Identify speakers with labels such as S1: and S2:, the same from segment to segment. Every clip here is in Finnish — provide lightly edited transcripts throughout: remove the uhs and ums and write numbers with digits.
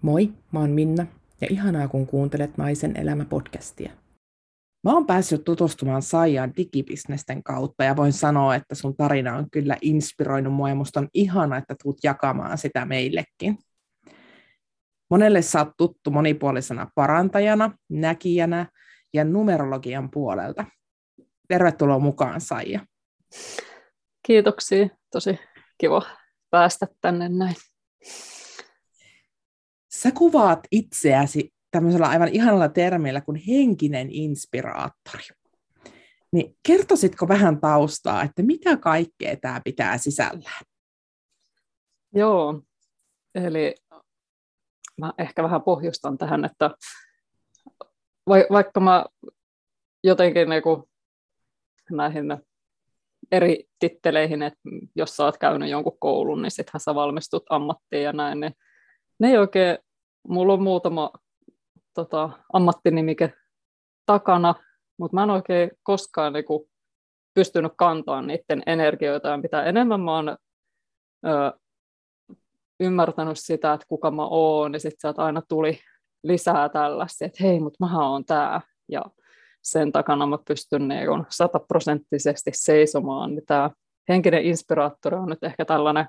S1: Moi, mä oon Minna ja ihanaa kun kuuntelet Naisen elämä-podcastia. Mä oon päässyt tutustumaan Saijaan digibisnesten kautta ja voin sanoa, että sun tarina on kyllä inspiroinut mua ja musta on ihana, että tuut jakamaan sitä meillekin. Monelle sä oot tuttu monipuolisena parantajana, näkijänä ja numerologian puolelta. Tervetuloa mukaan, Saija.
S2: Kiitoksia, tosi kiva päästä tänne näin.
S1: Sä kuvaat itseäsi tämmöisellä aivan ihanalla termillä kuin henkinen inspiraattori. Niin kertoisitko vähän taustaa, että mitä kaikkea tämä pitää sisällään?
S2: Joo, eli mä ehkä vähän pohjustan tähän, että vaikka mä jotenkin näihin eri titteleihin, että jos sä oot käynyt jonkun koulun, niin sittenhän sä valmistut ammattiin ja näin, niin ne ei oikein, mulla on muutama ammattinimike takana, mutta mä en oikein koskaan pystynyt kantamaan niiden energioita, ja mitä enemmän mä oon ymmärtänyt sitä, että kuka mä oon, niin sitten sieltä aina tuli lisää tällaista, että hei, mutta mähän oon tää, ja sen takana mä pystyn 100% seisomaan, niin tämä henkinen inspiraattori on nyt ehkä tällainen,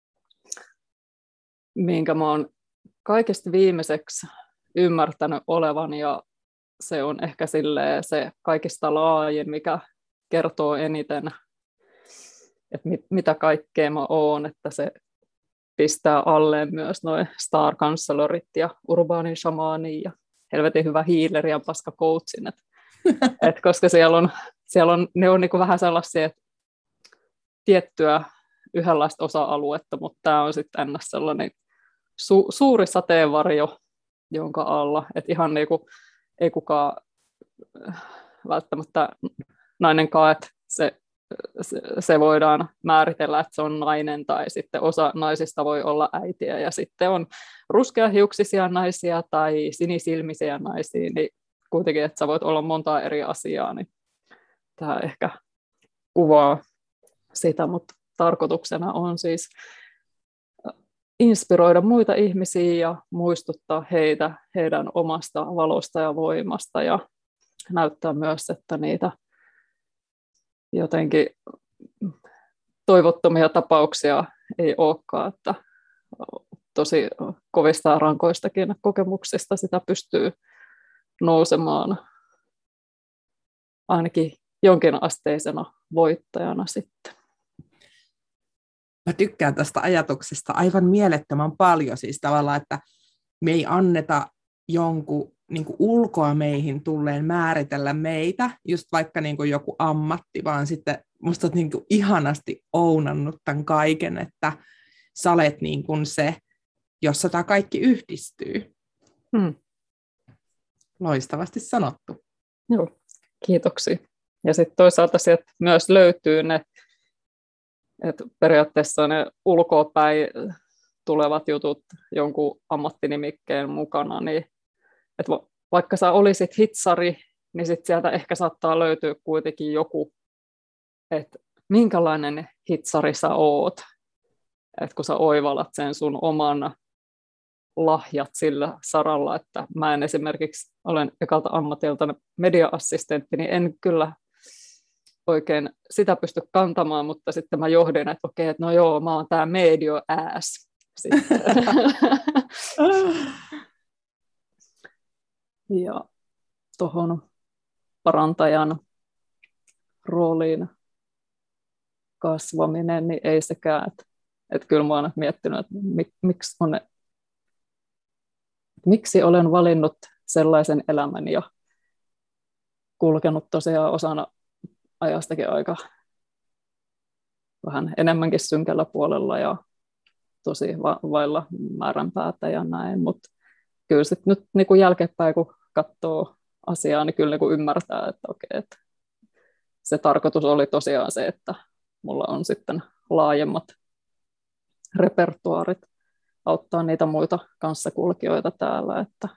S2: minkä mä oon kaikista viimeiseksi ymmärtänyt olevan, ja se on ehkä se kaikista laajin, mikä kertoo eniten, että mitä kaikkea mä oon, että se pistää alleen myös noin Star Counselorit ja Urbaanin shamanin ja helvetin hyvä healer ja paska coachin, koska siellä on ne on vähän sellaisia, että tiettyä yhdenlaista osa-aluetta, mutta tämä on sitten ennäs sellainen suuri sateenvarjo, jonka alla, että ihan ei kukaan välttämättä nainenkaan, että se voidaan määritellä, että se on nainen, tai sitten osa naisista voi olla äitiä, ja sitten on ruskeahiuksisia naisia tai sinisilmisiä naisia, niin kuitenkin, että sä voit olla montaa eri asiaa, niin tämä ehkä kuvaa sitä, mutta tarkoituksena on siis inspiroida muita ihmisiä ja muistuttaa heitä heidän omasta valosta ja voimasta ja näyttää myös, että niitä jotenkin toivottomia tapauksia ei olekaan, että tosi kovista ja rankoistakin kokemuksista sitä pystyy nousemaan ainakin jonkinasteisena voittajana sitten.
S1: Mä tykkään tästä ajatuksesta aivan mielettömän paljon, siis tavallaan, että me ei anneta jonkun ulkoa meihin tulleen määritellä meitä, just vaikka joku ammatti, vaan sitten musta oot ihanasti ounannut tämän kaiken, että sä olet se, jossa tämä kaikki yhdistyy. Loistavasti sanottu.
S2: Joo, kiitoksia. Ja sitten toisaalta sieltä myös löytyy ne, että periaatteessa ne ulkoapäin tulevat jutut jonkun ammattinimikkeen mukana, niin että vaikka sä olisit hitsari, niin sit sieltä ehkä saattaa löytyä kuitenkin joku, että minkälainen hitsari sä oot, että kun sä oivallat sen sun oman lahjat sillä saralla, että mä en esimerkiksi olen ekalta ammatilta media-assistentti, niin en kyllä oikein sitä pysty kantamaan, mutta sitten mä johdin, että okei, että no joo, mä oon tää media ass. Ja tuohon parantajan rooliin kasvaminen, niin ei sekään, että kyllä mä oon miettinyt, että miksi olen valinnut sellaisen elämän ja kulkenut tosiaan osana ajastakin aika vähän enemmänkin synkällä puolella ja tosi vailla määränpäätä ja näin, mutta kyllä sitten nyt jälkeenpäin, kun katsoo asiaa, niin kyllä ymmärtää, että okei, että se tarkoitus oli tosiaan se, että mulla on sitten laajemmat repertuaarit auttaa niitä muita kanssakulkijoita täällä, että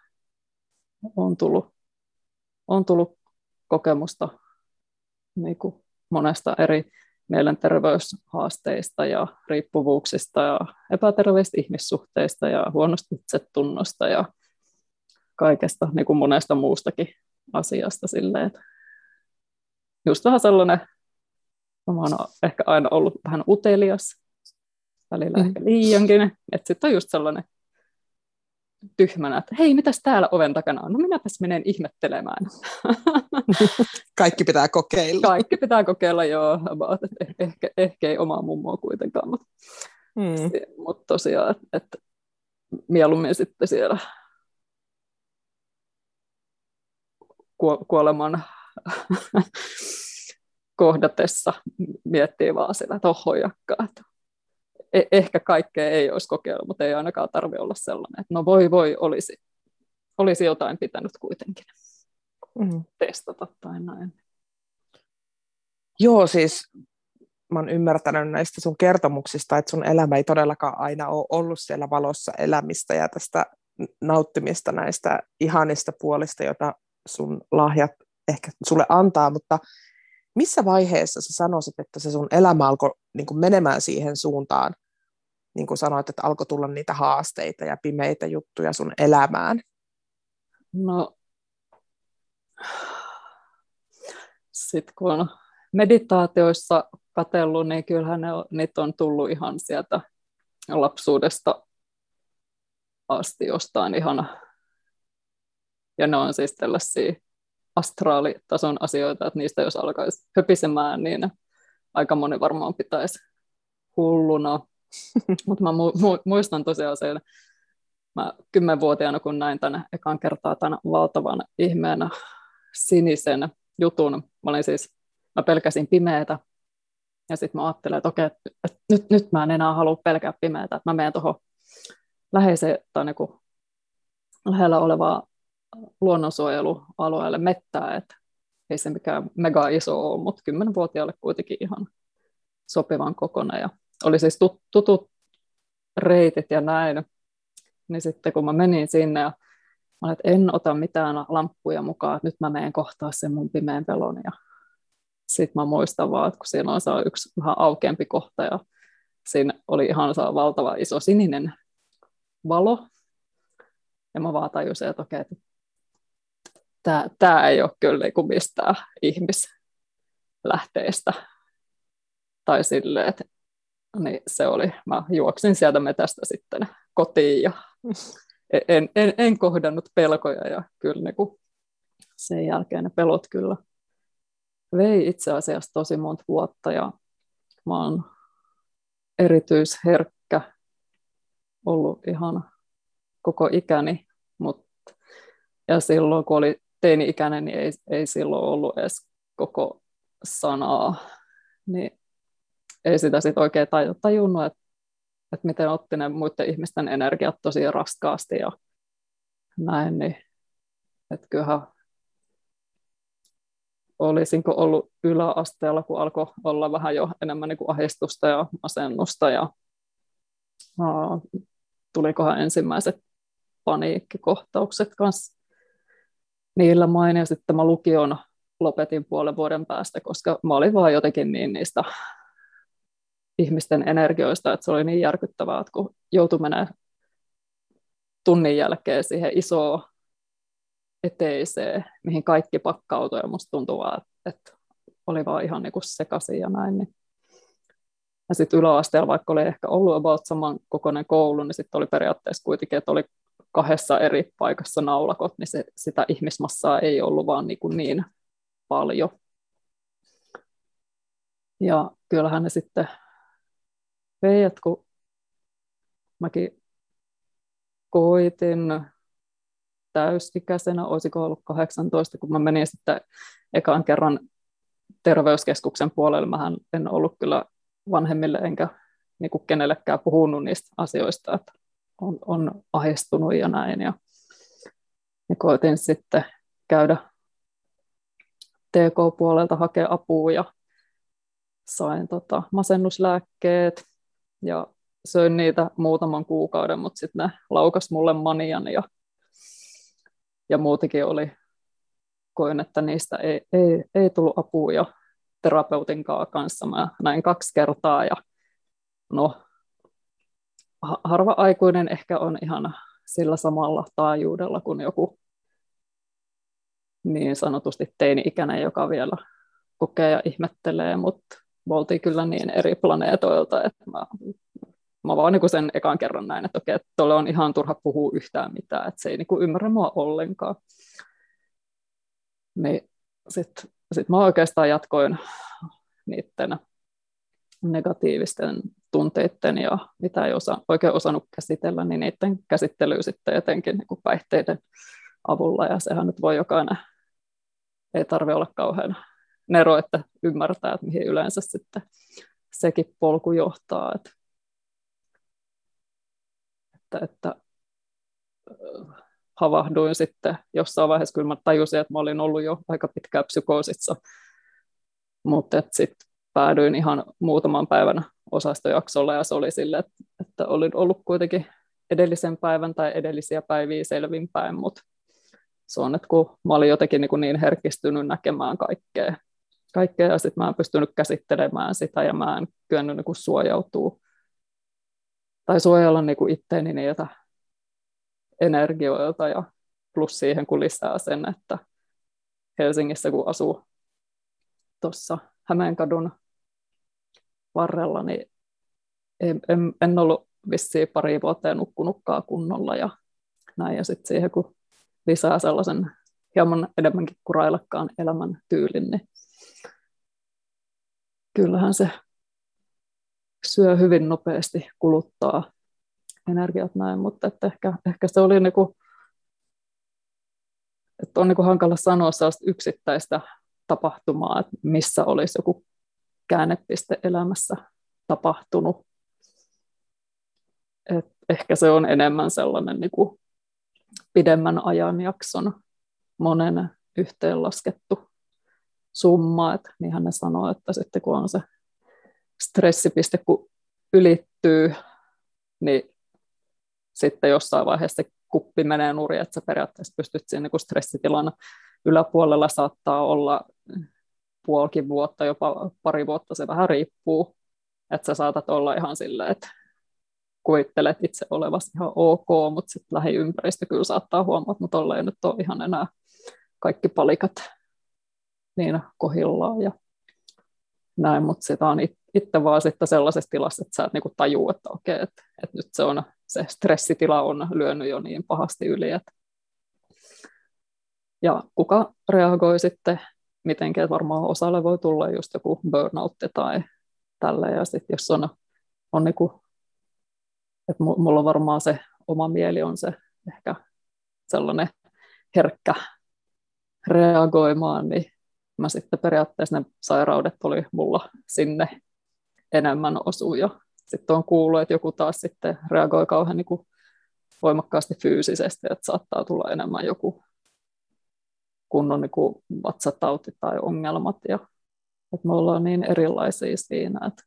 S2: on tullut kokemusta monesta eri mielenterveyshaasteista ja riippuvuuksista ja epäterveistä ihmissuhteista ja huonosta itsetunnosta ja kaikesta niin kuin monesta muustakin asiasta silleen, että just vähän sellainen, mä oon ehkä aina ollut vähän utelias, välillä ehkä liiankin, että sitten on just sellainen tyhmänä, että hei, mitäs täällä oven takana on? No minäpäs menen ihmettelemään.
S1: Kaikki pitää kokeilla.
S2: Kaikki pitää kokeilla, joo. Ehkä ei omaa mummoa kuitenkaan, mutta tosiaan, että mieluummin sitten siellä kuoleman kohdatessa miettii vaan sillä, että ohojakkaa, että ehkä kaikkea ei olisi kokeillut, mutta ei ainakaan tarvitse olla sellainen, että no voi, olisi jotain pitänyt kuitenkin testata tai näin.
S1: Joo, siis mä oon ymmärtänyt näistä sun kertomuksista, että sun elämä ei todellakaan aina ole ollut siellä valossa elämistä ja tästä nauttimista näistä ihanista puolista, joita sun lahjat ehkä sulle antaa, mutta missä vaiheessa sä sanoisit, että se sun elämä alkoi niin kuin menemään siihen suuntaan, niin kuin sanoit, että alkoi tulla niitä haasteita ja pimeitä juttuja sun elämään?
S2: No, sitten kun on meditaatioissa katsellut, niin kyllähän niitä on tullut ihan sieltä lapsuudesta asti jostain ihana. Ja ne on siis tällaisia astraalitason asioita, että niistä jos alkaisi höpisemään, niin aika moni varmaan pitäisi hulluna. Mutta mä muistan tosiaan sen, mä 10-vuotiaana kun näin tänne ekan kertaa tämän valtavan ihmeenä sinisen jutun, mä pelkäsin pimeätä, ja sitten mä ajattelin, että okei, että nyt mä en enää halua pelkää pimeätä, että mä menen tuohon läheiseen tai niinku lähellä olevaa luonnonsuojelualueelle mettää, että ei se mikään mega iso ole, mutta 10-vuotiaalle kuitenkin ihan sopivan kokoinen. Ja oli siis tutut reitit ja näin, niin sitten kun mä menin sinne ja mä olin, että en ota mitään lamppuja mukaan, että nyt mä menen kohtaa sen mun pimeän pelon. Ja sitten mä muistan vaan, että kun siinä on saa yksi vähän aukeampi kohta ja siinä oli ihan saa valtava iso sininen valo. Ja mä vaan tajusin, että okei, tämä ei ole kyllä niin kuin mistään ihmislähteestä. Tai silleen, että niin se oli. Mä juoksin sieltä metästä sitten kotiin ja en kohdannut pelkoja. Ja kyllä niin kuin sen jälkeen ne pelot kyllä vei itse asiassa tosi monta vuotta. Ja mä oon erityisherkkä ollut ihan koko ikäni. Ja silloin kun oli teini-ikäinen, niin ei silloin ollut edes koko sanaa. Niin ei sitä sitten oikein tajunnut, että miten otti ne muiden ihmisten energiat tosi raskaasti ja näin. Niin, että kyllähän olisinko ollut yläasteella, kun alkoi olla vähän jo enemmän niin kuin ahdistusta ja masennusta ja tulikohan ensimmäiset paniikkikohtaukset kanssa niillä main, ja sitten mä lukion lopetin puolen vuoden päästä, koska mä olin vaan jotenkin niin niistä ihmisten energioista, että se oli niin järkyttävää, että kun joutui menemään tunnin jälkeen siihen isoon eteiseen, mihin kaikki pakkautui, ja musta tuntui vaan, että oli vaan ihan niin kuin sekaisin ja näin. Niin. Ja sitten yläasteella, vaikka oli ehkä ollut about saman kokoinen koulu, niin sitten oli periaatteessa kuitenkin, että oli 2 eri paikassa naulakot, niin sitä ihmismassaa ei ollut vaan niin paljon. Ja kyllähän ne sitten vei, että kun mäkin koitin täysikäisenä, olisiko ollut 18, kun mä menin sitten ekan kerran terveyskeskuksen puolelle. Mähän en ollut kyllä vanhemmille enkä niin kuin kenellekään puhunut niistä asioista, että on ahdistunut ja näin. Ja koitin sitten käydä TK-puolelta hakea apua ja sain masennuslääkkeet ja söin niitä muutaman kuukauden, mutta sitten ne laukas mulle manian ja muutenkin koin, että niistä ei tullut apua ja terapeutin kanssa. Mä näin 2 kertaa ja no, harva aikuinen ehkä on ihan sillä samalla taajuudella kuin joku niin sanotusti teini-ikäinen, joka vielä kokee ja ihmettelee, mutta me oltiin kyllä niin eri planeetoilta, että mä vaan niin kuin sen ekan kerran näin, että okei, että tuolle on ihan turha puhua yhtään mitään, että se ei niin kuin ymmärrä mua ollenkaan. Niin sitten mä oikeastaan jatkoin niiden negatiivisten tunteiden ja mitä ei oikein osannut käsitellä, niin niiden käsittelyä sitten etenkin niin kuin päihteiden avulla, ja sehän nyt voi jokainen, ei tarvitse olla kauhean nero, että ymmärtää, että mihin yleensä sitten sekin polku johtaa. Että havahduin sitten jossain vaiheessa, kyllä mä tajusin, että mä olin ollut jo aika pitkään psykoosissa, mutta sitten päädyin ihan muutaman päivän osastojaksolla, ja se oli sille, että olin ollut kuitenkin edellisen päivän tai edellisiä päiviä selvinpäin, mutta se on, että kun mä olin jotenkin niin herkistynyt näkemään kaikkea ja sitten mä en pystynyt käsittelemään sitä, ja mä en kyennyt niin suojautua tai suojella niin itteeni niiltä energioilta, ja plus siihen kun lisää sen, että Helsingissä kun asuu tuossa Hämeenkadun varrella, niin en ollut vissiin 2 vuotta nukkunutkaan kunnolla ja näin, ja sitten siihen kun lisää sellaisen hieman enemmänkin kurailekkaan elämän tyylin, niin kyllähän se syö hyvin nopeasti, kuluttaa energiat näin, mutta että ehkä se oli niinku, että on niinku hankala sanoa sellaista yksittäistä tapahtumaa, että missä olisi joku käännepiste elämässä tapahtunut. Et ehkä se on enemmän sellainen niinku pidemmän ajanjakson monen yhteenlaskettu summa, että niinhän ne sanoo, että sitten kun on se stressipiste, kun ylittyy, niin sitten jossain vaiheessa se kuppi menee nurin, että sä periaatteessa pystyt siinä niin stressitilan yläpuolella, saattaa olla puolikin vuotta, jopa 2 vuotta, se vähän riippuu, että sä saatat olla ihan silleen, että kuvittelet itse olevasi ihan ok, mutta sitten lähiympäristö kyllä saattaa huomata, että tuolla ei nyt ole ihan enää kaikki palikat niin kohdillaan ja näin, mutta sitä on itse vaan sitten sellaisessa tilassa, että sä et niinku tajuu, että okei, että nyt se stressitila on lyönyt jo niin pahasti yli. Ja kuka reagoi sitten mitenkin, että varmaan osalle voi tulla just joku burnout tai tällä, ja sitten jos on niinku, että mulla varmaan se oma mieli on se ehkä sellainen herkkä reagoimaan, niin mä sitten periaatteessa ne sairaudet oli mulla sinne enemmän osuja. Sitten on kuullut, että joku taas sitten reagoi kauhean niin kuin voimakkaasti fyysisesti, että saattaa tulla enemmän joku kunnon niin kuin vatsatauti tai ongelmat. Ja, että me ollaan niin erilaisia siinä, että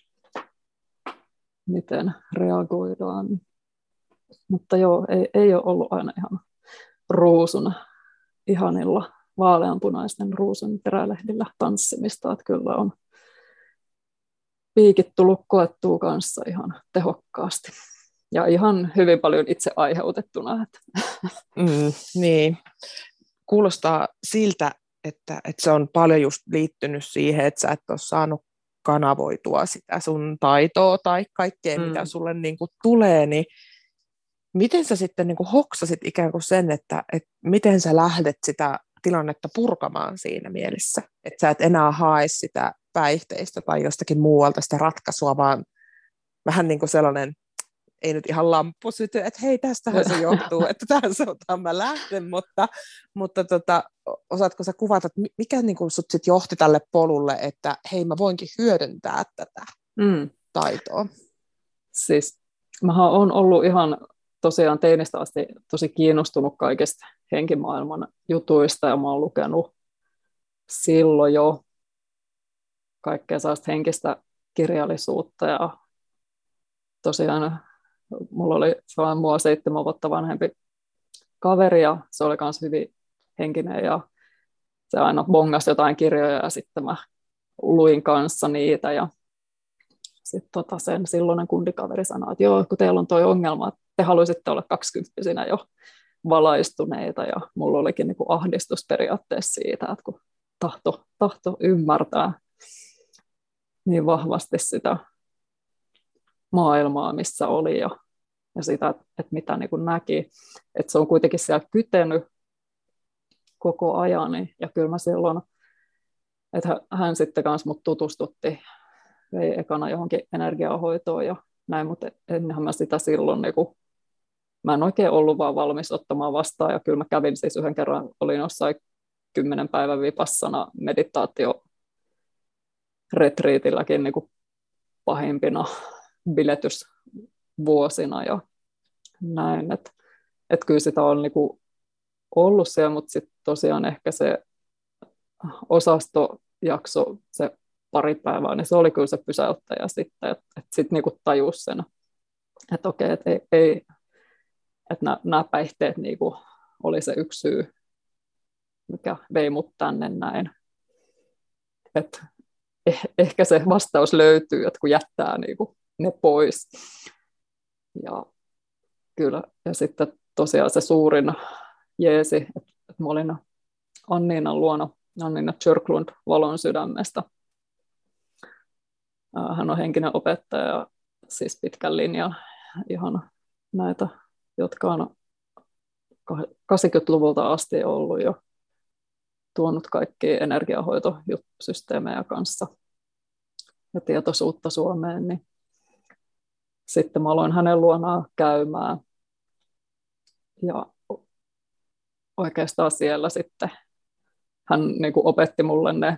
S2: miten reagoidaan. Mutta joo, ei ole ollut aina ihan ruusun ihanilla vaaleanpunaisten ruusun terälehdillä tanssimista, että kyllä on piikit tullut koettua kanssa ihan tehokkaasti. Ja ihan hyvin paljon itse aiheutettuna.
S1: Niin. Kuulostaa siltä, että se on paljon just liittynyt siihen, että sä et ole saanut kanavoitua sitä sun taitoa tai kaikkea, mitä sulle niin kuin tulee, niin miten sä sitten niin kuin hoksasit ikään kuin sen, että miten sä lähdet sitä tilannetta purkamaan siinä mielessä, että sä et enää hae sitä päihteistä tai jostakin muualta sitä ratkaisua, vaan vähän niin kuin sellainen, ei nyt ihan lamppu syty, että hei, tästähän se johtuu, että tähän suuntaan mä lähden, mutta osaatko sä kuvata, että mikä niin kuin sut sit johti tälle polulle, että hei, mä voinkin hyödyntää tätä taitoa?
S2: Siis mähän olen ollut ihan tosiaan teinistä asti tosi kiinnostunut kaikista henkimaailman jutuista, ja mä oon lukenut silloin jo kaikkea sellaista henkistä kirjallisuutta, ja tosiaan mulla oli sellainen mua 7 vuotta vanhempi kaveri, ja se oli myös hyvin henkinen, ja se aina bongasi jotain kirjoja, ja sitten mä luin kanssa niitä ja sitten sen silloinen kundikaveri sanoi, että joo, kun teillä on tuo ongelma, että te haluaisitte olla 20-vuotiaina jo valaistuneita ja mulla olikin niin kuin ahdistus periaatteessa siitä, että kun tahto ymmärtää niin vahvasti sitä maailmaa, missä oli ja sitä, että mitä niin kuin näki, että se on kuitenkin siellä kytenyt koko ajan ja kyllä mä silloin, että hän sitten kanssa mut tutustutti, vei ekana johonkin energiahoitoon ja näin, mutta ennenhän mä sitä silloin niin kuin, mä en oikein ollut vaan valmis ottamaan vastaan ja kyllä mä kävin siis yhden kerran, olin jossain 10 päivän vipassana meditaatioretriitilläkin niin kuin pahimpina biletysvuosina ja näin, että kyllä sitä on niin kuin ollut siellä, mutta sitten tosiaan ehkä se osastojakso, se pari päivää, niin se oli kyllä se pysäyttäjä sitten, että sitten niin kuin tajusi sen, että okei, että ei että nämä päihteet niin kuin oli se yksi syy, mikä vei mut tänne näin. Että ehkä se vastaus löytyy, että kun jättää niin kuin ne pois. Ja kyllä, ja sitten tosiaan se suurin jeesi, että mä olin Anniinan luona, Anniina Tjörklund Valon sydämestä. Hän on henkinen opettaja, siis pitkän linjan ihan näitä, jotka on 80-luvulta asti ollut jo tuonut kaikkia energiahoitosysteemejä kanssa ja tietoisuutta Suomeen, niin sitten mä aloin hänen luonaan käymään ja oikeastaan siellä sitten hän niin kuin opetti mulle ne,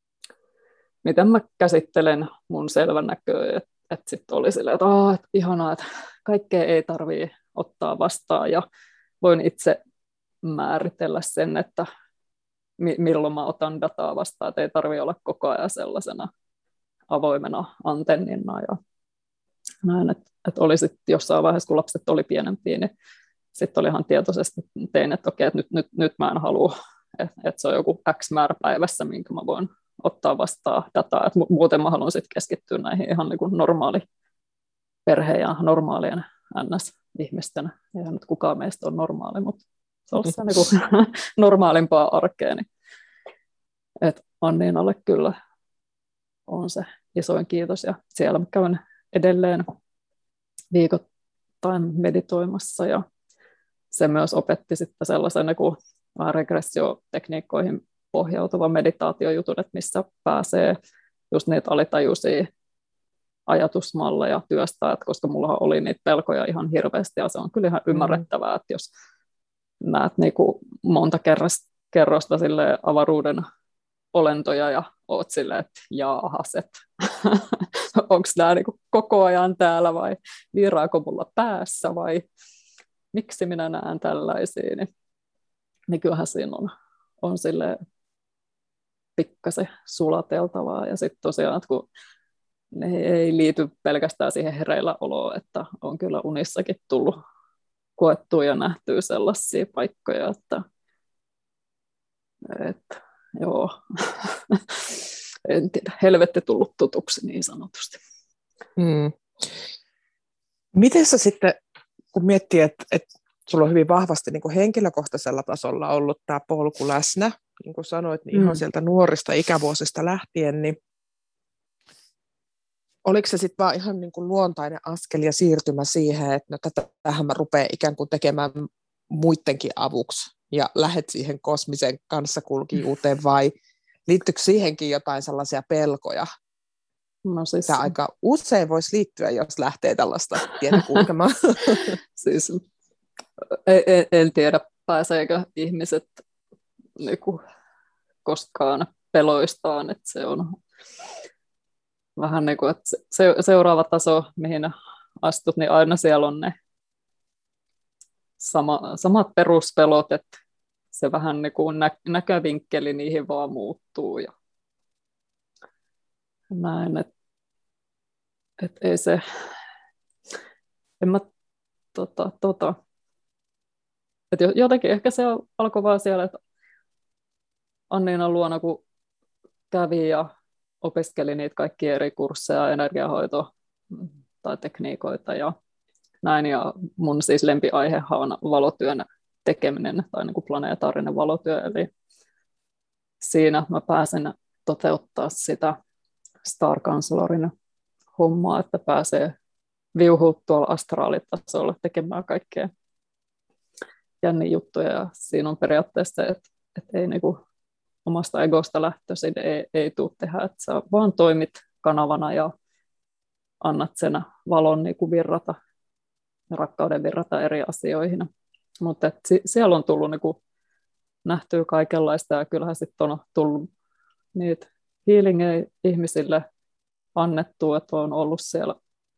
S2: miten mä käsittelen mun selvänäköä, että sitten oli silleen, että ihanaa, että kaikkea ei tarvitse ottaa vastaan ja voin itse määritellä sen, että milloin mä otan dataa vastaan, että ei tarvitse olla koko ajan sellaisena avoimena antennina ja näin, että oli sitten jossain vaiheessa, kun lapset oli pienempiä, niin sitten oli ihan tietoisesti tein, että okei, että nyt mä en halua, että se on joku X määrä päivässä, minkä mä voin ottaa vastaan dataa, että muuten mä haluan sitten keskittyä näihin ihan niin kuin normaali perheen ja normaalien NS-ihmisten. Eihän nyt kukaan meistä on normaali, mutta se on se niin kuin normaalimpaa arkea. Niin. Että Anniinalle kyllä on se isoin kiitos ja siellä mä käyn edelleen viikoittain meditoimassa ja se myös opetti sitten sellaisen niin kuin regressiotekniikkoihin pohjautuva meditaatiojutun, että missä pääsee just niitä alitajuisia ajatusmalleja työstää, että koska mulla oli niitä pelkoja ihan hirveästi ja se on kyllä ihan ymmärrettävää, että jos näet niin kuin monta kerrosta sille avaruuden olentoja ja oot silleen, että jaahas, että onko nämä niin kuin koko ajan täällä vai vieraako mulla päässä vai miksi minä näen tällaisia, niin kyllähän siinä on silleen pikkasen sulateltavaa ja sitten tosiaan, että kun ne ei liity pelkästään siihen hereillä oloon, että on kyllä unissakin tullut koettua ja nähtyä sellaisia paikkoja, että joo, en tiedä, helvetti tullut tutuksi niin sanotusti.
S1: Miten sä sitten, kun miettii, että sulla on hyvin vahvasti niin kuin henkilökohtaisella tasolla ollut tämä polku läsnä, niin kuin sanoit, niin ihan sieltä nuorista ikävuosista lähtien, niin oliko se sitten vaan ihan niin kuin luontainen askel ja siirtymä siihen, että no tähän mä rupean ikään kuin tekemään muidenkin avuksi ja lähet siihen kosmisen kanssakulkijuuteen vai liittyykö siihenkin jotain sellaisia pelkoja?
S2: No siis,
S1: tämä aika usein voisi liittyä, jos lähtee tällaista tietä kulkemaan.
S2: Siis, en tiedä, pääseekö ihmiset niinku koskaan peloistaan, että se on vähän niin kuin, että seuraava taso, mihin astut, niin aina siellä on ne samat peruspelot, että se vähän niin kuin näkövinkkeli niihin vaan muuttuu ja näin, että ei se, en mä että jotenkin ehkä se alkoi vaan siellä, että Anniinan luona kun kävi ja opiskelin niitä kaikkia eri kursseja, energiahoito tai tekniikoita ja näin. Ja mun siis lempiaihehan on valotyön tekeminen tai niin kuin planeetaarinen valotyö. Eli siinä mä pääsen toteuttaa sitä Star Counselorin hommaa, että pääsee viuhua tuolla astraalitasolla tekemään kaikkea jänniä juttuja. Ja siinä on periaatteessa se, että ei niinku omasta egosta lähtöisin ei tule tehdä, että sä vaan toimit kanavana ja annat sen valon niinku virrata ja rakkauden virrata eri asioihin. Mutta siellä on tullut niinku nähtyä kaikenlaista ja kyllähän sitten on tullut niitä healingejä ihmisille annettu, että on ollut siellä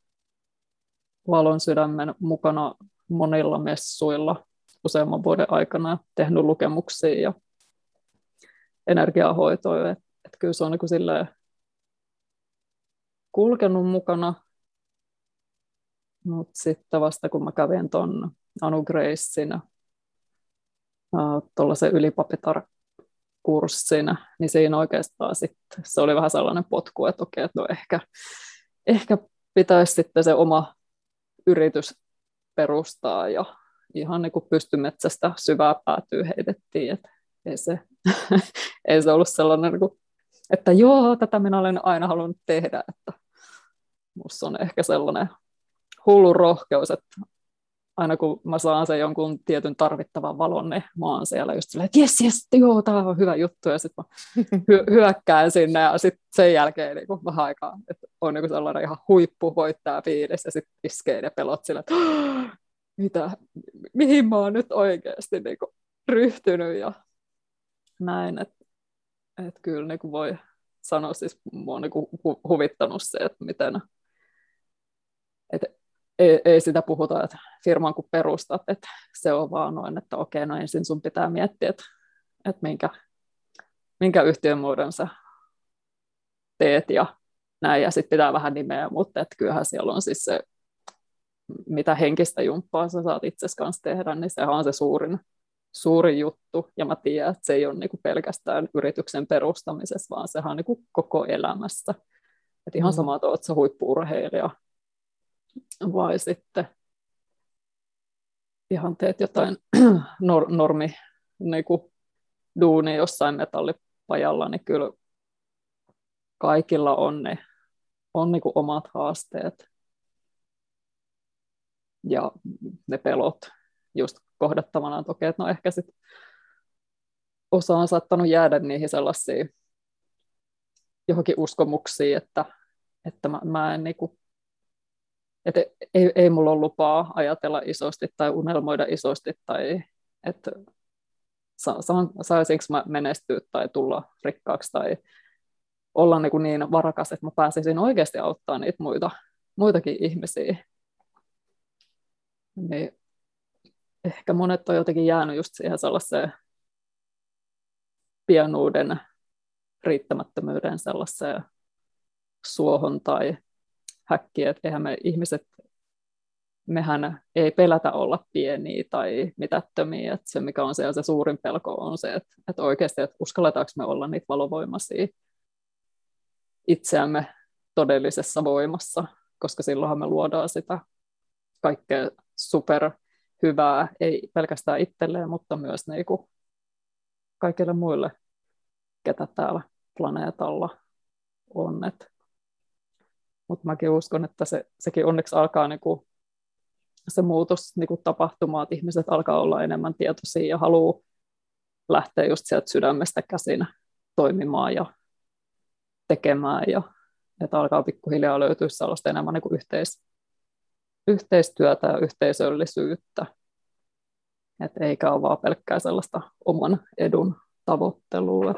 S2: valon sydämen mukana monilla messuilla useamman vuoden aikana ja tehnyt lukemuksia ja energiahoitoja. Että kyllä se on niin kuin silleen kulkenut mukana, mutta sitten vasta kun mä kävin tuon Anu Gracein tuollaisen ylipapitar-kurssin, niin siinä oikeastaan sitten se oli vähän sellainen potku, että okei, että no ehkä pitäisi sitten se oma yritys perustaa ja ihan niin kuin pystymetsästä syvää päätyy heitettiin, että ei se ollut sellainen, että joo, tätä minä olen aina halunnut tehdä, että musta on ehkä sellainen hullu rohkeus, että aina kun mä saan sen jonkun tietyn tarvittavan valon, niin mä oon siellä just silleen, että jes, joo, tämä on hyvä juttu, ja sitten mä hyökkään sinne, ja sitten sen jälkeen niin vähän aikaa, että on niin sellainen ihan huippuvoittaja fiilis, ja sitten iskee ne pelot sillä, että mihin mä oon nyt oikeasti niin ryhtynyt, ja näin, että kyllä niin voi sanoa, siis mua on niin huvittanut se, että miten, että ei sitä puhuta, että firman kun perustat, että se on vaan noin, että okei, no ensin sun pitää miettiä, että minkä yhtiömuodon sä teet ja näin, ja sitten pitää vähän nimeä, mutta että kyllähän siellä on siis se, mitä henkistä jumppaa sä saat itsesi kanssa tehdä, niin sehän on se suurin juttu, ja mä tiedän, että se ei ole niinku pelkästään yrityksen perustamisessa, vaan sehän on niinku koko elämässä. Et ihan sama, että oot sä huippu-urheilija, vai sitten ihan teet jotain normi niinku duunia jossain metallipajalla, niin kyllä kaikilla on niinku omat haasteet ja ne pelot just kohdattavana, että okei, että no ehkä sit osa on saattanut jäädä niihin sellaisiin johonkin uskomuksiin, että mä en niinku, että ei mulla ole lupaa ajatella isosti tai unelmoida isosti tai että saisinko mä menestyä tai tulla rikkaaksi tai olla niin varakas, että mä pääsisin oikeasti auttaa niitä muitakin ihmisiä. Niin ehkä monet on jotenkin jäänyt just siihen sellaiseen pienuuden, riittämättömyyden sellaiseen suohon tai häkkiin, että eihän me ihmiset, mehän ei pelätä olla pieniä tai mitättömiä, että se mikä on se suurin pelko on se, että oikeasti, että uskalletaanko me olla niitä valovoimaisia itseämme todellisessa voimassa, koska silloinhan me luodaan sitä kaikkea superhyvää, ei pelkästään itselleen, mutta myös niinku kaikille muille, ketä täällä planeetalla on. Mutta mäkin uskon, että sekin onneksi alkaa niinku se muutos niinku tapahtumaan, että ihmiset alkaa olla enemmän tietoisia ja haluaa lähteä just sieltä sydämestä käsin toimimaan ja tekemään ja että alkaa pikkuhiljaa löytyä sellaista enemmän niinku yhteistyötä ja yhteisöllisyyttä, et eikä ole vaan pelkkää sellaista oman edun tavoittelua.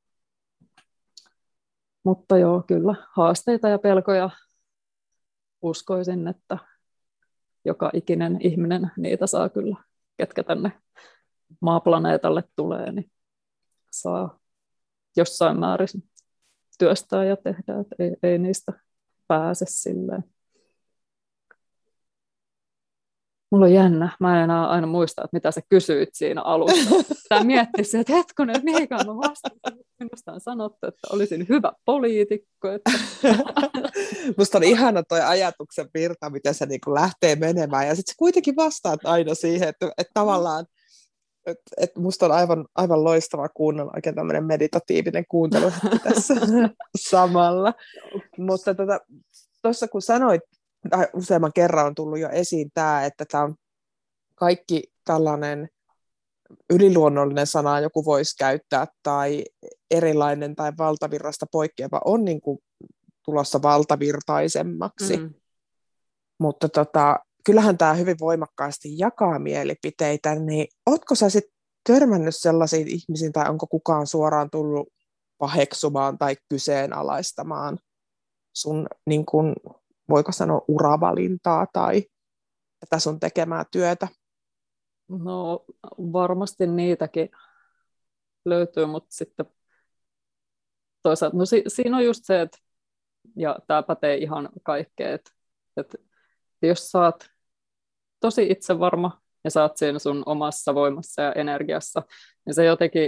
S2: Mutta joo, kyllä haasteita ja pelkoja uskoisin, että joka ikinen ihminen niitä saa kyllä, ketkä tänne maaplaneetalle tulee, niin saa jossain määrin työstää ja tehdä, että ei niistä pääse silleen. mulla on jännä. Mä en enää aina muista, että mitä sä kysyit siinä alussa. Tää miettisi, että hetkonen, että mihinkään mä vastasin. Minusta on sanottu, että olisin hyvä poliitikko. Että...
S1: Musta on ihana toi ajatuksen virta, miten se niinku lähtee menemään. Ja sitten sä kuitenkin vastaat aina siihen, että tavallaan että musta on aivan loistavaa kuunnella oikein tämmöinen meditatiivinen kuuntelu tässä samalla. Mutta tuossa kun sanoit, tai useamman kerran on tullut jo esiin tämä, että tämä on kaikki tällainen yliluonnollinen sana, joku voisi käyttää, tai erilainen tai valtavirrasta poikkeava on niin kuin tulossa valtavirtaisemmaksi. Mutta kyllähän tämä hyvin voimakkaasti jakaa mielipiteitä, niin ootko sä sitten törmännyt sellaisiin ihmisiin, tai onko kukaan suoraan tullut paheksumaan tai kyseenalaistamaan sun, niin kun, voiko sanoa, uravalintaa tai tätä sun tekemää työtä?
S2: No varmasti niitäkin löytyy, mutta sitten toisaalta, no siinä on just se, että, ja tämä pätee ihan kaikkeen, että jos sä oot tosi itsevarma ja sä oot siinä sun omassa voimassa ja energiassa, niin se jotenkin,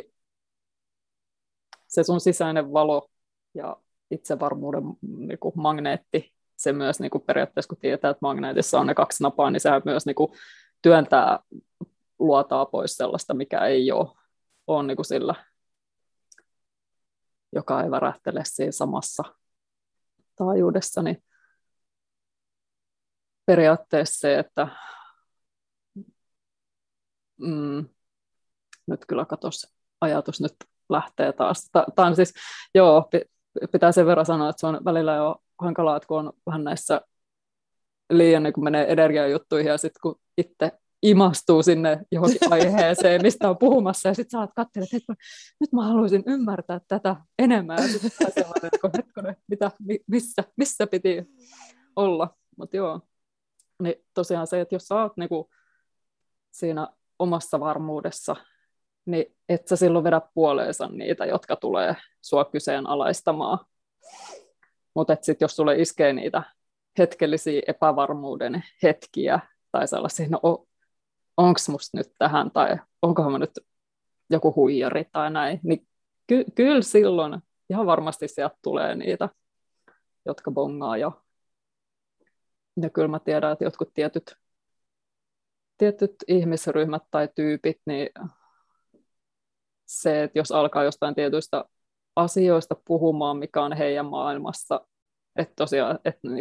S2: se sun sisäinen valo ja itsevarmuuden niin kuin magneetti, se myös niin kuin periaatteessa kun tietää, että magneetissa on ne 2 napaa, niin sehän myös niin kuin työntää luotaa pois sellaista, mikä ei ole niin kuin sillä, joka ei värähtele siinä samassa taajuudessa, niin periaatteessa se, että nyt kyllä katos, ajatus nyt lähtee taas. Tämä on siis, joo, pitää sen verran sanoa, että se on välillä jo hankalaa, että kun on vähän näissä liian niin kun menee energiajuttuihin ja sitten kun itse imastuu sinne johonkin aiheeseen, mistä on puhumassa, ja sitten sä oot katselemaan, että nyt mä haluaisin ymmärtää tätä enemmän, ja sitten sellainen, että hetkonen, missä piti olla, mutta joo. Niin tosiaan se, että jos sä oot niinku siinä omassa varmuudessa, niin et sä silloin vedä puoleensa niitä, jotka tulee sua kyseenalaistamaan. Mutta sitten jos sulle iskee niitä hetkellisiä epävarmuuden hetkiä, tai sellaisia, no onko musta nyt tähän, tai onkohan mä nyt joku huijari tai näin, niin kyllä silloin ihan varmasti sieltä tulee niitä, jotka bongaa jo. Ja kyllä mä tiedän, että jotkut tietyt ihmisryhmät tai tyypit, niin se, että jos alkaa jostain tietyistä asioista puhumaan, mikä on heidän maailmassa, että tosiaan,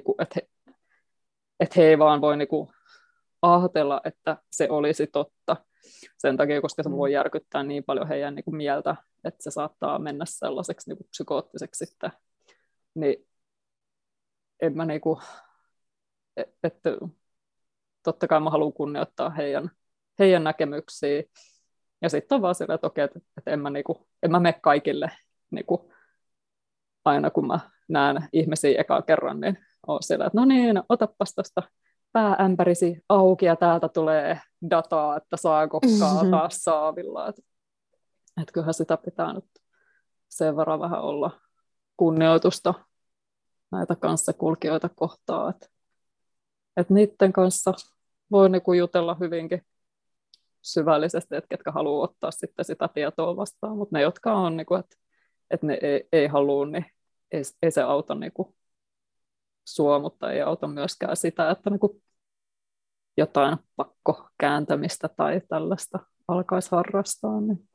S2: että he ei vaan voi niinku ajatella, että se olisi totta sen takia, koska se voi järkyttää niin paljon heidän niinku mieltä, että se saattaa mennä sellaiseksi niinku psykoottiseksi sitten. Niin en mä niinku, että totta kai mä haluan kunnioittaa heidän näkemyksiä. Ja sitten on vaan sillä, että okei, että en mä mene kaikille niinku, aina kun mä näen ihmisiä ekaa kerran, niin on sillä, että no niin, otapas tuosta pääämpärisi auki ja täältä tulee dataa, että saa kokkaa taas saavilla. Että kyllähän sitä pitää nyt sen verran vähän olla kunnioitusta näitä kanssakulkijoita kohtaan. Että niiden kanssa voi niinku jutella hyvinkin syvällisesti, että ketkä haluaa ottaa sitten sitä tietoa vastaan, mutta ne, jotka on, niinku, että ne ei halua, niin ei se auta niinku sua, mutta ei auta myöskään sitä, että niinku jotain pakkokääntämistä tai tällaista alkaisi harrastaa. Niin.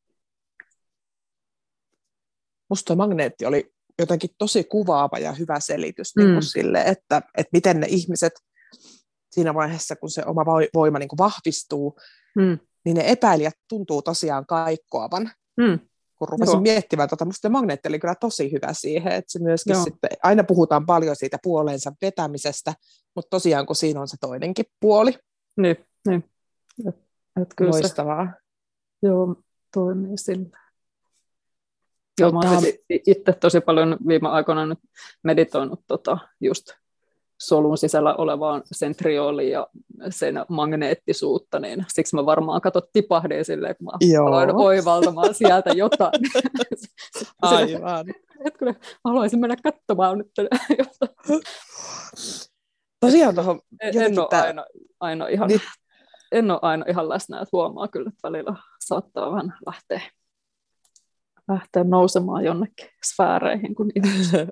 S1: Musta magneetti oli jotenkin tosi kuvaava ja hyvä selitys niin kuin sille, että miten ne ihmiset siinä vaiheessa, kun se oma voima niin kuin vahvistuu, niin ne epäilijät tuntuu tosiaan kaikkoavan. Kun rupesin miettimään, musta magneetti oli kyllä tosi hyvä siihen, että se myöskin sitten, aina puhutaan paljon siitä puoleensa vetämisestä, mutta tosiaan kun siinä on se toinenkin puoli.
S2: Niin. Kyllä
S1: loistavaa.
S2: Se, toimii sillä. Mä olen itse tosi paljon viime aikoina nyt meditoinut just solun sisällä olevaan sentrioliin ja sen magneettisuutta, niin siksi mä varmaan tipahdin silleen, kun mä aloin oivaltamaan sieltä jotain.
S1: Aivan.
S2: Hetkinen, mä haluaisin mennä katsomaan nyt jotain.
S1: Tosiaan tuohon...
S2: En ole aina ihan en ole aina ihan läsnä, että huomaa kyllä, että välillä saattaa vähän lähteä nousemaan jonnekin sfääreihin kuin ihmiset.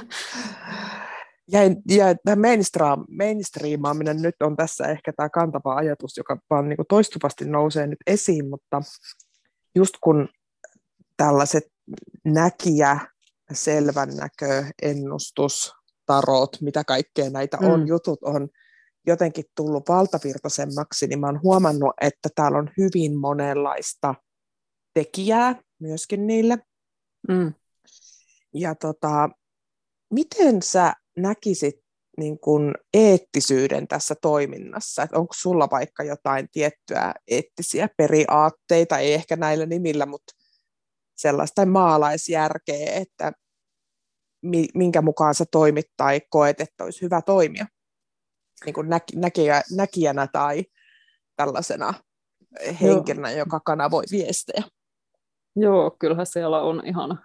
S1: Ja tämä mainstreamaaminen nyt on tässä ehkä tämä kantava ajatus, joka vaan niin kuin toistuvasti nousee nyt esiin, mutta just kun tällaiset näkijä, selvännäkö, ennustus, tarot, mitä kaikkea näitä on, jutut on jotenkin tullut valtavirtaisemmaksi, niin mä oon huomannut, että täällä on hyvin monenlaista tekijää myöskin niille. Ja miten sä näkisit niin kun eettisyyden tässä toiminnassa? Et onko sulla vaikka jotain tiettyä eettisiä periaatteita, ei ehkä näillä nimillä, mutta sellaista maalaisjärkeä, että minkä mukaan sä toimit tai koet, että olisi hyvä toimia niin kuin näkijänä tai tällaisena henkilönä, joka kanavoi viestejä?
S2: Joo, kyllähän siellä on ihan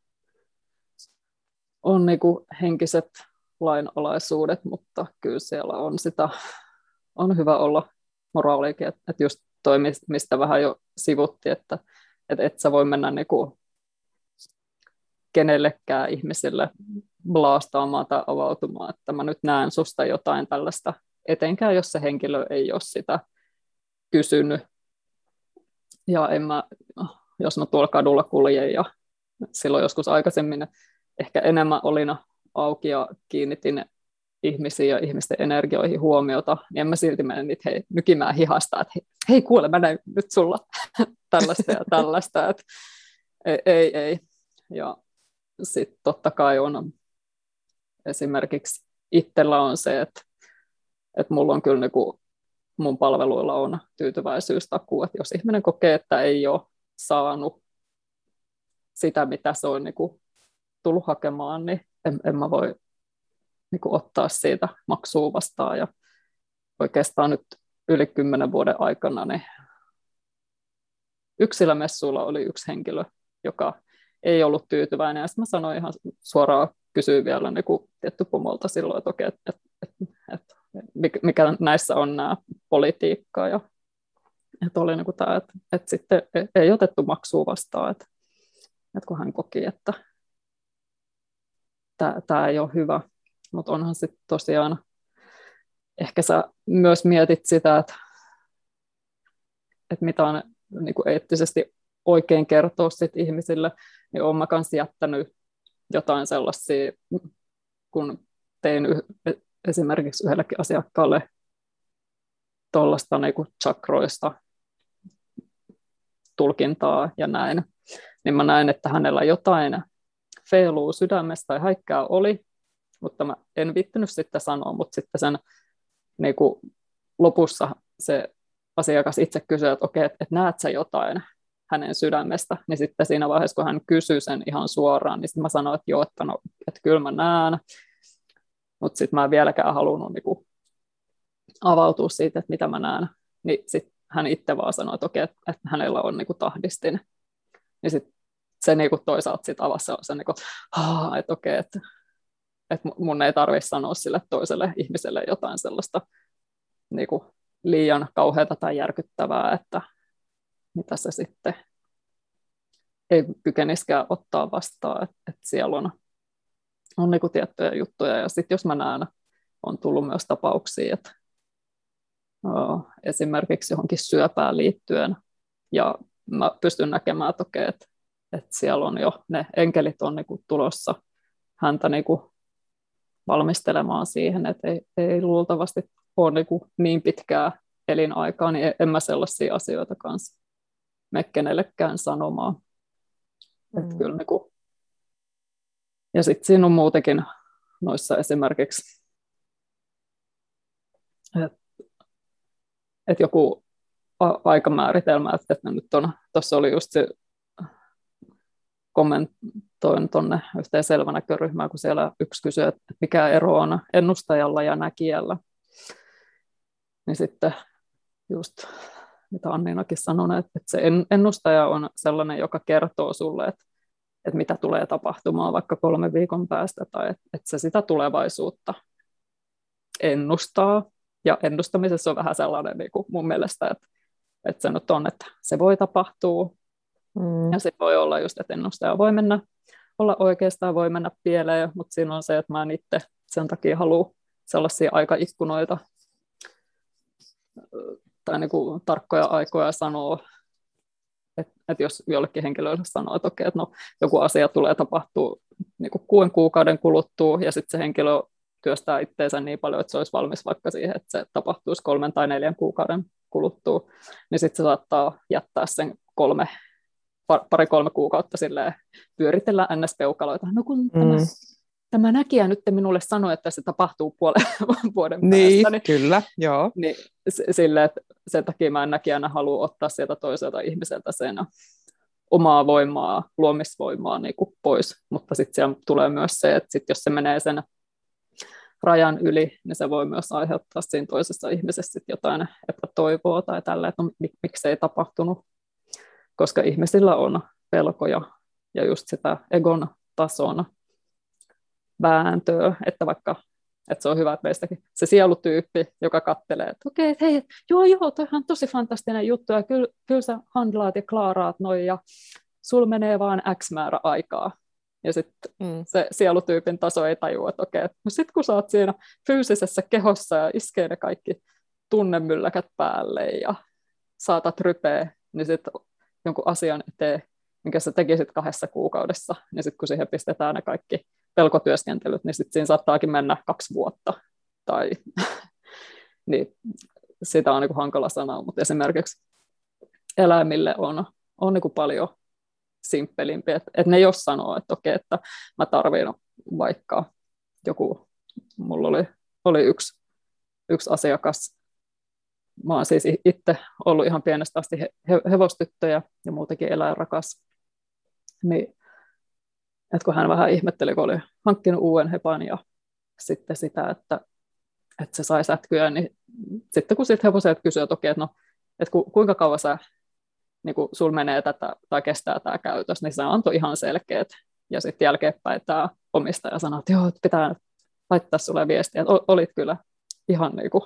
S2: niinku henkiset lainalaisuudet, mutta kyllä siellä on hyvä olla moraalikin, että just toi, mistä vähän jo sivutti, että et sä voi mennä niinku kenellekään ihmisille blaastaamaan tai avautumaan, että mä nyt näen susta jotain tällaista, etenkään jos se henkilö ei ole sitä kysynyt. Ja jos mä tuolla kadulla kuljen ja silloin joskus aikaisemmin ehkä enemmän olin auki ja kiinnitin ihmisiin ja ihmisten energioihin huomiota, niin en mä silti mene niitä nykimään hihasta, että hei kuule, mä näin nyt sulla tällaista ja tällaista, että ei. Ja sitten totta kai on esimerkiksi itsellä on se, että mulla on kyllä niinku, mun palveluilla on tyytyväisyystakuu, että jos ihminen kokee, että ei ole saanut sitä, mitä se on niinku tullut hakemaan, niin en mä voi niinku ottaa siitä maksua vastaan. Ja oikeastaan nyt yli 10 vuoden aikana niin yksilömessuilla oli yksi henkilö, joka ei ollut tyytyväinen. Ja sitten mä sanoin ihan suoraan, kysyin vielä niin tietty pomolta silloin, että okei, että mikä näissä on nämä politiikkaa. Ja että oli niin tämä, että sitten ei otettu maksua vastaan, että kun hän koki, että tämä ei ole hyvä. Mutta onhan sitten tosiaan, ehkä sä myös mietit sitä, että mitä on niin kuin eettisesti oikein kertoa sit ihmisille, niin olen mä kanssa jättänyt jotain sellaisia, kun tein esimerkiksi yhdellekin asiakkaalle tuollaista niin kuin chakroista tulkintaa ja näin, niin mä näin, että hänellä jotain feiluu sydämestä tai häikkää oli, mutta mä en viittynyt sitten sanoa, mutta sitten sen niin kuin lopussa se asiakas itse kysyi, että okei, että näet sä jotain hänen sydämestä, niin sitten siinä vaiheessa, kun hän kysyi sen ihan suoraan, niin sitten mä sanoin, että joo, että, no, että kyllä mä näen, mutta sitten mä en vieläkään halunnut niin kuin avautua siitä, että mitä mä näen, niin sitten hän itse vaan sanoi, että okei, että hänellä on niin kuin tahdistin, niin sitten se niin kuin toisaalta sitten avasi sen, niin kuin, että okei, että mun ei tarvitse sanoa sille toiselle ihmiselle jotain sellaista niin kuin liian kauheata tai järkyttävää, että mitä se sitten ei kykeniskään ottaa vastaan, että siellä on niin kuin tiettyjä juttuja. Ja sitten jos mä näen, on tullut myös tapauksia, että esimerkiksi johonkin syöpään liittyen, ja mä pystyn näkemään, että okei, että siellä on jo ne enkelit on niin kuin tulossa häntä niin kuin valmistelemaan siihen, että ei luultavasti ole niin pitkää elinaikaa, niin en mä sellaisia asioita kanssa mene kenellekään sanomaan. Että kyllä niin kuin. Ja sitten siinä on muutenkin noissa esimerkiksi, että joku aikamääritelmä, että nyt on, tuossa oli just se, kommentoin tuonne yhteen selvänäköryhmään, kun siellä yksi kysyi, että mikä ero on ennustajalla ja näkijällä. Niin sitten just, mitä Anniinakin sanoi, että se ennustaja on sellainen, joka kertoo sulle, että mitä tulee tapahtumaan vaikka 3 viikon päästä, tai että se sitä tulevaisuutta ennustaa. Ja ennustamisessa on vähän sellainen niin kuin mun mielestä, että se nyt on, että se voi tapahtua. Ja se voi olla just, että ennustaja voi mennä, olla oikeastaan voi mennä pieleen, mutta siinä on se, että mä en itse sen takia halua sellaisia aikaikkunoita tai niin kuin tarkkoja aikoja sanoa, että jos jollekin henkilölle sanoo, että okei, että no, joku asia tulee tapahtua niin kuin 6 kuukauden kuluttua, ja sitten se henkilö työstää itseensä niin paljon, että se olisi valmis vaikka siihen, että se tapahtuisi 3 tai 4 kuukauden kuluttua, niin sitten se saattaa jättää sen 3 kuukautta silleen pyöritellä NS-peukaloita. No kun tämä näkijä nyt minulle sanoi, että se tapahtuu vuoden päästä. Niin,
S1: kyllä, joo.
S2: Niin sille, että sen takia mä en näkijänä halua ottaa sieltä toiselta ihmiseltä sen omaa voimaa, luomisvoimaa niin kuin pois. Mutta sitten siellä tulee myös se, että sit jos se menee sen rajan yli, niin se voi myös aiheuttaa siinä toisessa ihmisessä jotain epätoivoa tai tällä, että no, miksi ei tapahtunut. Koska ihmisillä on pelkoja ja just sitä egon tason vääntöä, että vaikka että se on hyvä, että meistäkin se sielutyyppi, joka katselee, että okei, että hei, joo, toihan on tosi fantastinen juttu, ja kyllä sä handlaat ja klaaraat noin, ja sul menee vaan X määrä aikaa. Ja sitten se sielutyypin taso ei tajua, että okei, no sit kun sä oot siinä fyysisessä kehossa ja iskee ne kaikki tunnemylläkät päälle ja saatat rypeä, niin sitten jonkun asian eteen, minkä sä tekisit 2 kuukaudessa, niin sitten kun siihen pistetään ne kaikki pelkotyöskentelyt, niin sitten siinä saattaakin mennä 2 vuotta. Tai, niin sitä on niin kuin hankala sanoa, mutta esimerkiksi eläimille on niin kuin paljon simppelimpi, että ne jos sanoo, että okei, että mä tarvitsen vaikka joku, mulla oli yksi asiakas, mä oon siis itse ollut ihan pienestä asti hevostyttö ja muutenkin eläinrakas, niin että kun hän vähän ihmetteli, kun oli hankkinut uuden hepan ja sitten sitä, että se sai sätkyä, niin sitten kun sitten hevoset kysyivät, että okei, että no, että kuinka kauan niin sul menee tätä tai kestää tämä käytös, niin se antoi ihan selkeät. Ja sitten jälkeenpäin tämä omistaja sanoi, että joo, pitää laittaa sulle viestiä, että olit kyllä ihan niin kuin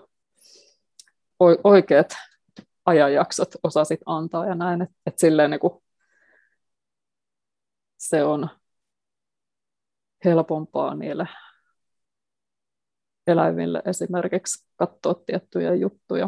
S2: oikeat ajanjaksot osasit antaa ja näin, että silleen niin kuin se on helpompaa niille eläimille esimerkiksi katsoa tiettyjä juttuja.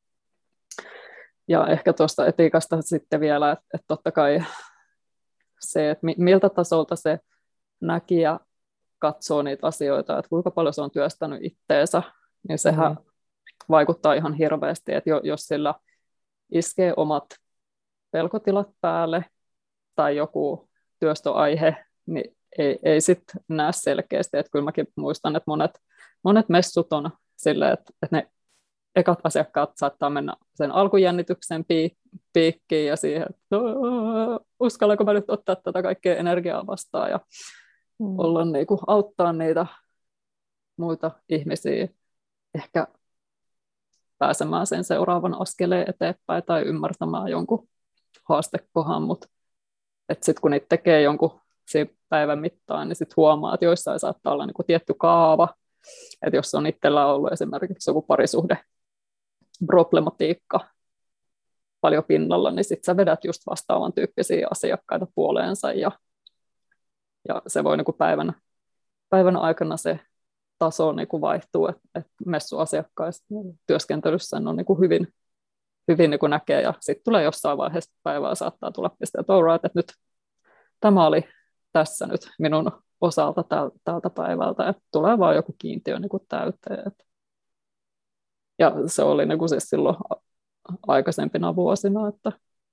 S2: Ja ehkä tuosta etiikasta sitten vielä, että totta kai se, että miltä tasolta se näkijä katsoo niitä asioita, että kuinka paljon se on työstänyt itteensä, niin sehän vaikuttaa ihan hirveästi, että jos sillä iskee omat pelkotilat päälle tai joku työstöaihe, niin ei sitten näe selkeästi. Että kyllä mäkin muistan, että monet messut on silleen, että ne ekat asiakkaat saattaa mennä sen alkujännityksen piikkiin ja siihen, että uskallanko mä nyt ottaa tätä kaikkea energiaa vastaan ja olla niinku, auttaa niitä muita ihmisiä ehkä pääsemään sen seuraavan askeleen eteenpäin tai ymmärtämään jonkun haastekohan, mutta sitten kun niitä tekee jonkun päivän mittaan, niin sitten huomaa, että joissain saattaa olla niinku tietty kaava, että jos on itsellä ollut esimerkiksi joku parisuhde problematiikka paljon pinnalla, niin sitten sä vedät just vastaavan tyyppisiä asiakkaita puoleensa ja se voi niinku päivän aikana se taso niinku vaihtuu, että messuasiakkaissa työskentelyssä on niinku hyvin niinku näkee ja sitten tulee jossain vaiheessa päivää saattaa tulla pisteet, että nyt tämä oli tässä nyt minun osalta tältä päivältä, että tulee vaan joku kiintiö niinku täyteen. Ja se oli niinku siis silloin aikaisempina vuosina, että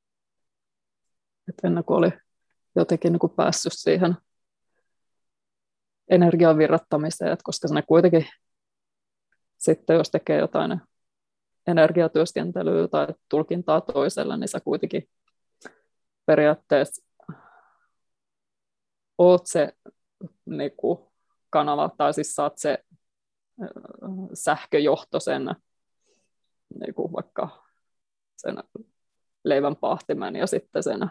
S2: ennen kuin oli jotenkin niinku päässyt siihen energian virrattamiseen, että koska ne kuitenkin sitten, jos tekee jotain energiatyöskentelyä tai tulkintaa toiselle, niin sä kuitenkin periaatteessa oot se niinku kanava, tai siis saat se sähköjohto sen niinku vaikka sen leivän paahtimen ja sitten sen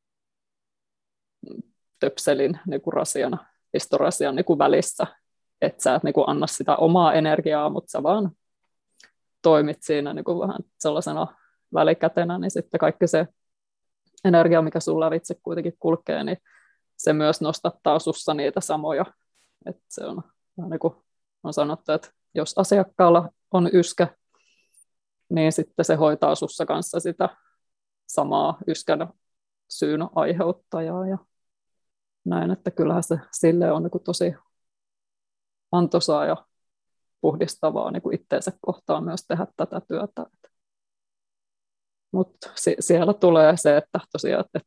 S2: töpselin niinku rasian, pistorasian niinku välissä, että sä et niinku anna sitä omaa energiaa, mutta sä vaan toimit siinä niin kuin vähän sellaisena välikätenä, niin sitten kaikki se energia, mikä sun lävitse kuitenkin kulkee, niin se myös nostattaa sussa niitä samoja. Että se on vähän niin kuin on sanottu, että jos asiakkaalla on yskä, niin sitten se hoitaa sussa kanssa sitä samaa yskän syyn aiheuttajaa ja näin, että kyllähän se sille on niin kuin tosi antoisaa ja puhdistavaa niin kuin itteensä kohtaan myös tehdä tätä työtä. Mutta siellä tulee se, että tosiaan, että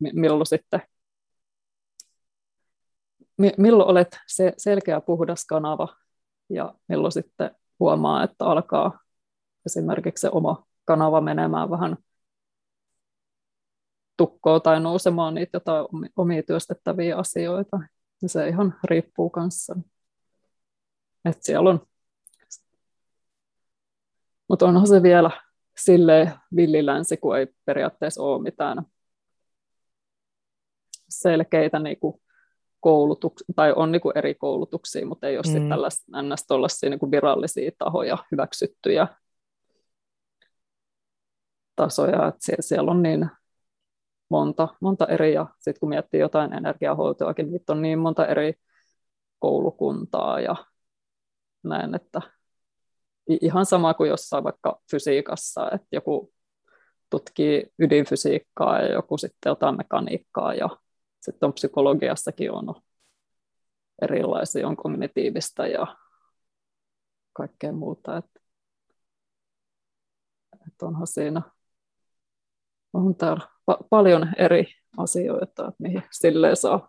S2: milloin olet se selkeä puhdas kanava ja milloin sitten huomaa, että alkaa esimerkiksi se oma kanava menemään vähän tukkoon tai nousemaan niitä jotain omia työstettäviä asioita. Ja se ihan riippuu kanssa. Että siellä on. Mutta onhan se vielä silleen villilänsi, kun ei periaatteessa ole mitään selkeitä niinku tai on niinku eri koulutuksia, mutta ei ole sitten tällaisia niinku virallisia tahoja hyväksyttyjä tasoja. Että siellä on niin monta eri, ja sitten kun miettii jotain energiahoitoakin, niin on niin monta eri koulukuntaa ja näin, että ihan sama kuin jossain vaikka fysiikassa, että joku tutkii ydinfysiikkaa ja joku sitten jotain mekaniikkaa ja sitten on psykologiassakin on erilaisia, on kognitiivista ja kaikkea muuta, että onhan siinä on täällä paljon eri asioita, että mihin silleen saa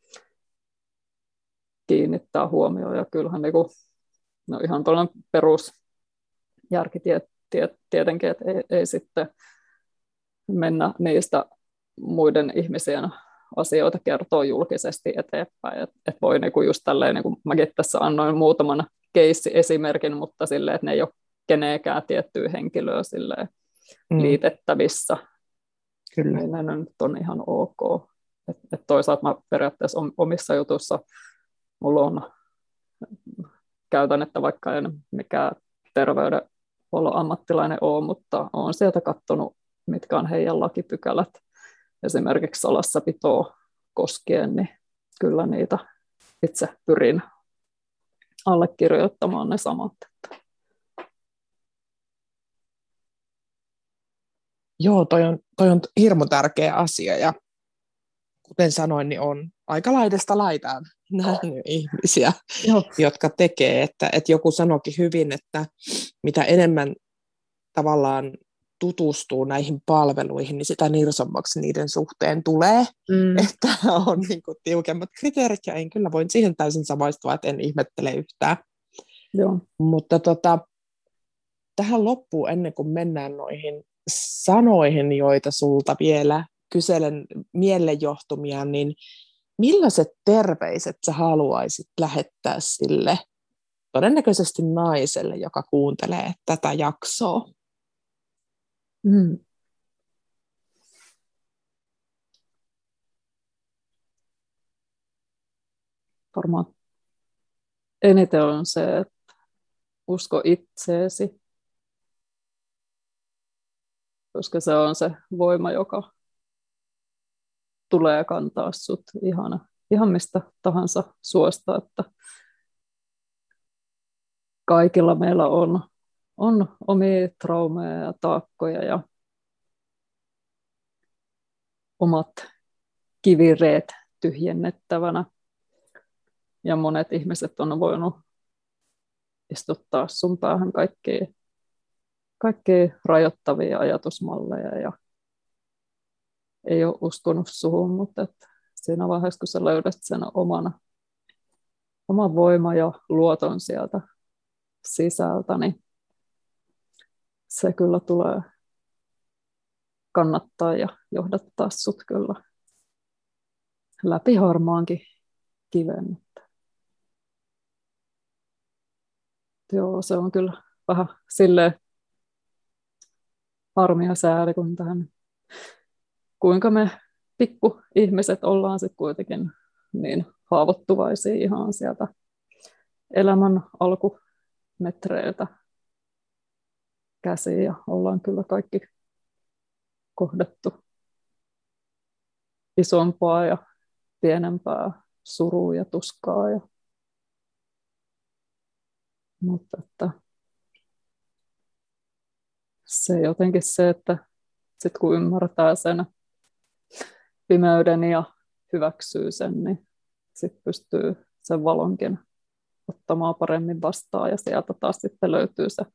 S2: kiinnittää huomioon. Ja kyllähän niin kuin, no ihan tuollainen perusjärki tietenkin, että ei sitten mennä niistä muiden ihmisien asioita kertoo julkisesti eteenpäin. Et voi niin kuin just tälleen, niin kuin mäkin tässä annoin muutaman keissi-esimerkin, mutta silleen, että ne ei ole kenenkään tiettyä henkilöä silleen liitettävissä.
S1: Kyllä.
S2: Niin ne nyt on ihan ok. Et toisaalta mä periaatteessa omissa jutuissa mulla on, käytän, että vaikka en mikään terveydenhuollon ammattilainen ole, mutta olen sieltä katsonut, mitkä on heidän lakipykälät esimerkiksi salassapitoa koskien, niin kyllä niitä itse pyrin allekirjoittamaan ne samat.
S1: Joo, toi on hirmu tärkeä asia ja kuten sanoin, niin on aika laidasta laitaan nähnyt ihmisiä, jotka tekee, että joku sanoikin hyvin, että mitä enemmän tavallaan tutustuu näihin palveluihin, niin sitä nirsommaksi niiden suhteen tulee, että on niin kuin tiukemmat kriteerit ja en kyllä voin siihen täysin samaistua, että en ihmettele yhtään.
S2: Joo.
S1: Mutta tähän loppuun ennen kuin mennään noihin sanoihin, joita sulta vielä kyselen mielenjohtumia, niin millaiset terveiset sä haluaisit lähettää sille todennäköisesti naiselle, joka kuuntelee tätä jaksoa?
S2: Varmaan eniten on se, että usko itseesi, koska se on se voima, joka tulee kantaa sut ihan mistä tahansa suosta, että kaikilla meillä on omia traumeja ja taakkoja ja omat kivireet tyhjennettävänä. Ja monet ihmiset on voinut istuttaa sun päähän kaikkia rajoittavia ajatusmalleja ja ei ole uskonut suhun, mutta siinä vaiheessa, kun sä löydät sen oman voiman ja luoton sieltä sisältä, niin se kyllä tulee kannattaa ja johdattaa sut kyllä läpi harmaankin kiven. Joo, se on kyllä vähän silleen harmi ja sääli, kun tähän, kuinka me pikkuihmiset ollaan sitten kuitenkin niin haavoittuvaisia ihan sieltä elämän alkumetreiltä käsiin ja ollaan kyllä kaikki kohdattu isompaa ja pienempää surua ja tuskaa. Mutta että se jotenkin se, että sit kun ymmärtää sen pimeyden ja hyväksyy sen, niin sit pystyy sen valonkin ottamaan paremmin vastaan ja sieltä taas sitten löytyy se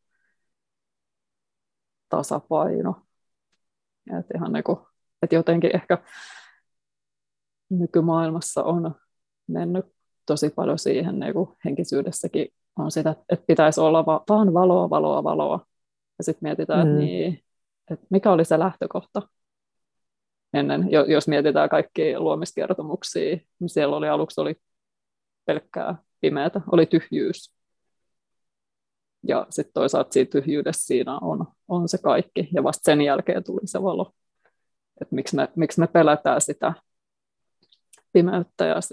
S2: tasapaino. Et ihan niin kuin, että jotenkin ehkä nykymaailmassa on mennyt tosi paljon siihen niin kuin henkisyydessäkin on sitä, että pitäisi olla vaan valoa. Ja sitten mietitään, että, niin, että mikä oli se lähtökohta ennen. Jos mietitään kaikkia luomiskertomuksia, niin siellä oli aluksi pelkkää pimeätä, oli tyhjyys. Ja sitten toisaalta siinä tyhjyydessä siinä on se kaikki. Ja vasta sen jälkeen tuli se valo. Että miksi me pelätään sitä pimeyttä ja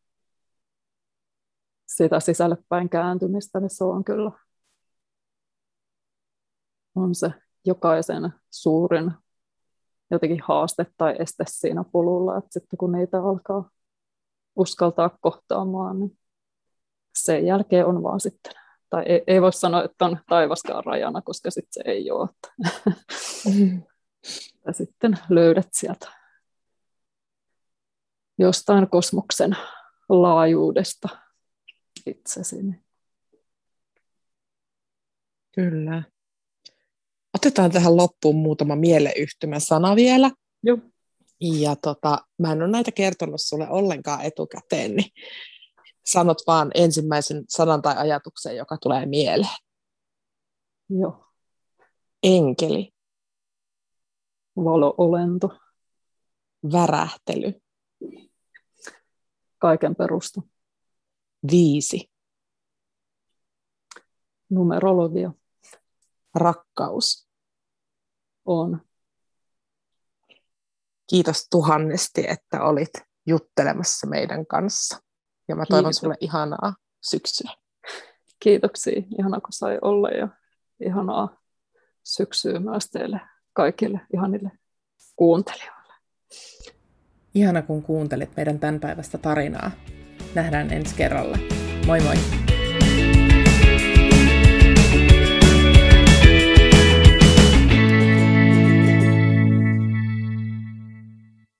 S2: sitä sisälle päin kääntymistä, niin se on kyllä on se jokaisen suurin jotenkin haaste tai este siinä polulla, että sitten kun niitä alkaa uskaltaa kohtaamaan, niin sen jälkeen on vaan sitten, tai ei voi sanoa, että on taivaskaan rajana, koska sitten se ei ole. Ja sitten löydät sieltä jostain kosmoksen laajuudesta itsesi.
S1: Kyllä. Otetaan tähän loppuun muutama mieleyhtymäsana vielä.
S2: Joo.
S1: Ja mä en ole näitä kertonut sulle ollenkaan etukäteen, niin sanot vaan ensimmäisen sanan tai ajatuksen, joka tulee mieleen.
S2: Joo.
S1: Enkeli.
S2: Valo-olento.
S1: Värähtely.
S2: Kaiken perusta.
S1: 5.
S2: Numerologia.
S1: Rakkaus.
S2: On.
S1: Kiitos tuhannesti, että olit juttelemassa meidän kanssa. Ja mä toivon sulle ihanaa syksyä.
S2: Kiitoksia. Ihanaa, kun sai olla ja ihanaa syksyä myös teille kaikille ihanille kuuntelijoille.
S1: Ihana, kun kuuntelit meidän tämänpäiväistä tarinaa. Nähdään ensi kerralla. Moi moi!